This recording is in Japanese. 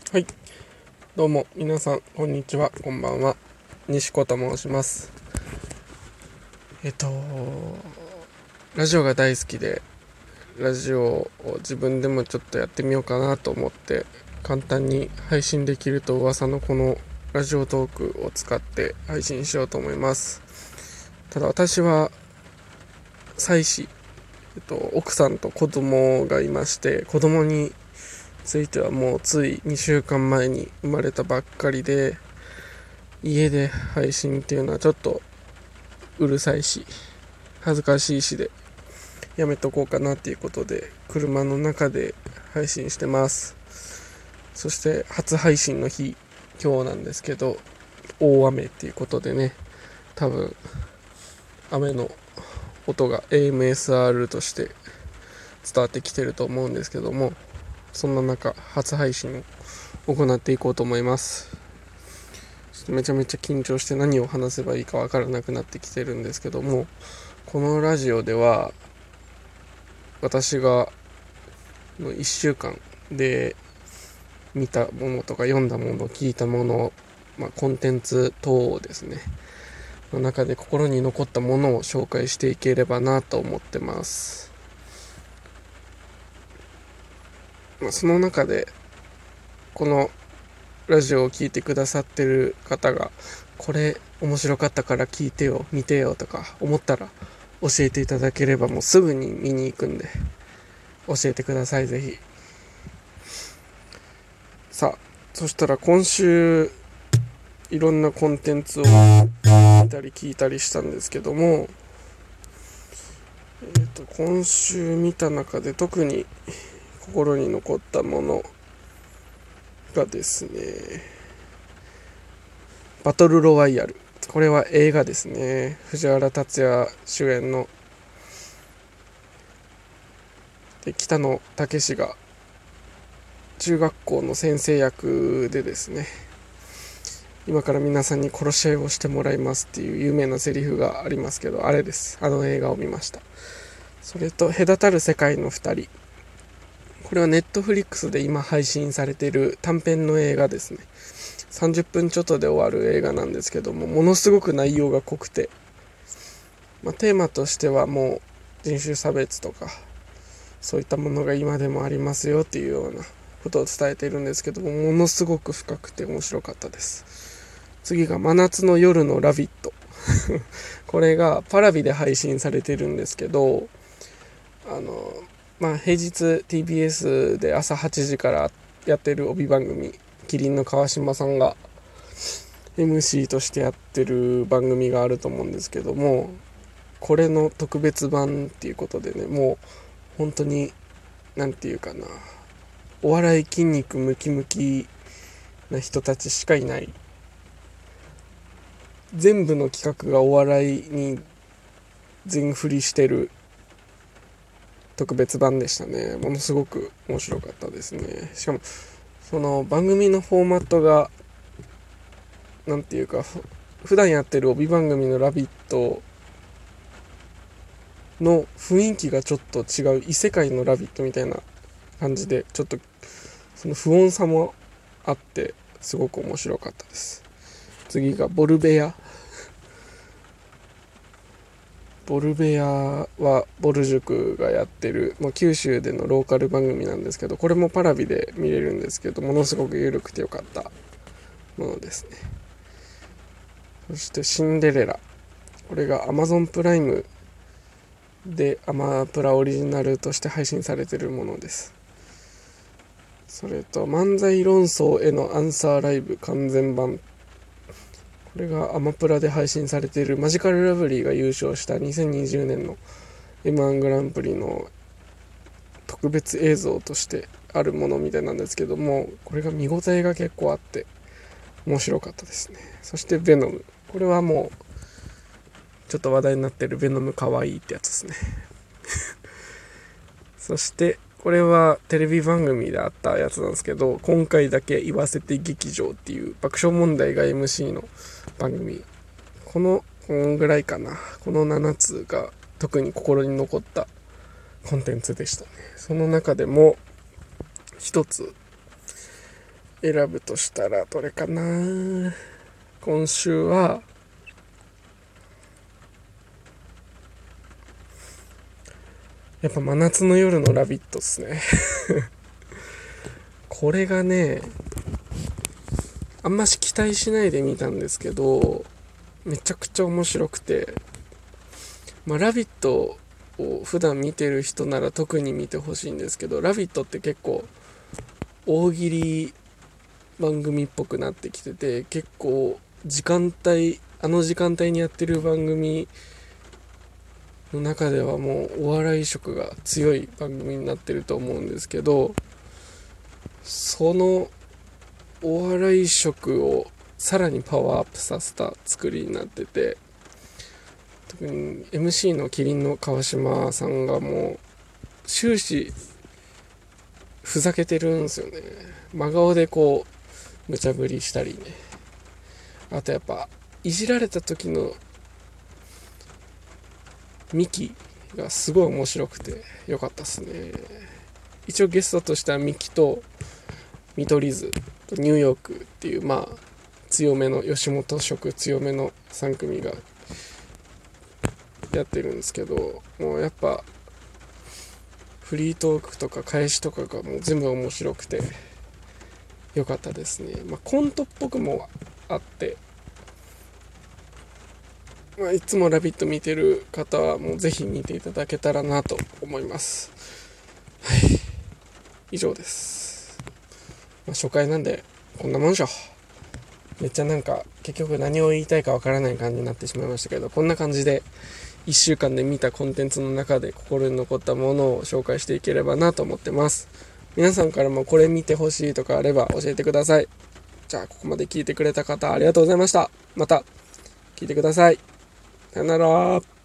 はい、どうも皆さんこんにちは、こんばんは。西子と申します。ラジオが大好きで、ラジオを自分でもちょっとやってみようかなと思って簡単に配信できると噂のこのラジオトークを使って配信しようと思います。ただ私は妻子、奥さんと子供がいまして、子供についてはもうつい2週間前に生まれたばっかりで、家で配信っていうのはちょっとうるさいし恥ずかしいしでやめとこうかなっていうことで車の中で配信してます。そして初配信の日、今日なんですけど、大雨っていうことでね、多分雨の音が AMSR として伝わってきてると思うんですけども、そんな中初配信を行っていこうと思います。ちょっとめちゃめちゃ緊張して何を話せばいいかわからなくなってきてるんですけども、このラジオでは私が1週間で見たものとか読んだもの、聞いたもの、コンテンツ等ですねの中で心に残ったものを紹介していければなと思ってます。その中でこのラジオを聞いてくださってる方が、これ面白かったから聞いてよ、見てよとか思ったら教えていただければ、もうすぐに見に行くんで教えてください、ぜひ。さあ、そしたら今週いろんなコンテンツを見たり聞いたりしたんですけども、今週見た中で特に心に残ったものがですね、バトルロワイヤル。これは映画ですね。藤原竜也主演ので、北野武が中学校の先生役でですね、今から皆さんに殺し合いをしてもらいますっていう有名なセリフがありますけど、あれです。あの映画を見ました。それと隔たる世界の二人、これはネットフリックスで今配信されている短編の映画ですね。30分ちょっとで終わる映画なんですけども、ものすごく内容が濃くて、テーマとしてはもう人種差別とかそういったものが今でもありますよっていうようなことを伝えているんですけども、ものすごく深くて面白かったです。次が真夏の夜のラビットこれがパラビで配信されてるんですけど、平日 TBS で朝8時からやってる帯番組、キリンの川島さんが MC としてやってる番組があると思うんですけども、これの特別版っていうことでね、もう本当になんていうかな、お笑い筋肉ムキムキな人たちしかいない、全部の企画がお笑いに全振りしてる特別版でしたね。ものすごく面白かったですね。しかもその番組のフォーマットがなんていうか、普段やってる帯番組のラビットの雰囲気がちょっと違う異世界のラビットみたいな感じで、ちょっとその不穏さもあってすごく面白かったです。次がボルベア。ボルベアはボル塾がやってる、九州でのローカル番組なんですけど、これもパラビで見れるんですけど、ものすごく緩くてよかったものですね。そしてシンデレラ、これが Amazon プライムでアマプラオリジナルとして配信されているものです。それと漫才論争へのアンサーライブ完全版、これがアマプラで配信されているマジカルラブリーが優勝した2020年の M1 グランプリの特別映像としてあるものみたいなんですけども、これが見応えが結構あって面白かったですね。そしてベノム、これはもうちょっと話題になってるベノムかわいいってやつですね。そしてこれはテレビ番組であったやつなんですけど、今回だけ言わせて劇場っていう爆笑問題が MC の番組、このぐらいかな、この7つが特に心に残ったコンテンツでしたね。その中でも一つ、 選ぶとしたらどれかな。今週はやっぱ真夏の夜のラビットっすねこれがね、あんまし期待しないで見たんですけど、めちゃくちゃ面白くて、ラビットを普段見てる人なら特に見てほしいんですけど、ラビットって結構大喜利番組っぽくなってきてて、結構時間帯、あの時間帯にやってる番組の中ではもうお笑い色が強い番組になってると思うんですけど、そのお笑い色をさらにパワーアップさせた作りになってて、特に MC のキリンの川島さんがもう終始ふざけてるんですよね。真顔でこう無茶ぶりしたりね。あとやっぱいじられた時のミキがすごい面白くてよかったっすね。一応ゲストとしてはミキと見取り図とニューヨークっていう強めの吉本色強めの3組がやってるんですけど、もうやっぱフリートークとか返しとかがもう全部面白くてよかったですね。コントっぽくもあって、いつもラビット見てる方はもうぜひ見ていただけたらなと思います。はい、以上です。初回なんでこんなもんでしょ。めっちゃ結局何を言いたいかわからない感じになってしまいましたけど、こんな感じで1週間で見たコンテンツの中で心に残ったものを紹介していければなと思ってます。皆さんからもこれ見てほしいとかあれば教えてください。じゃあここまで聞いてくれた方ありがとうございました。また聞いてください。さよなら。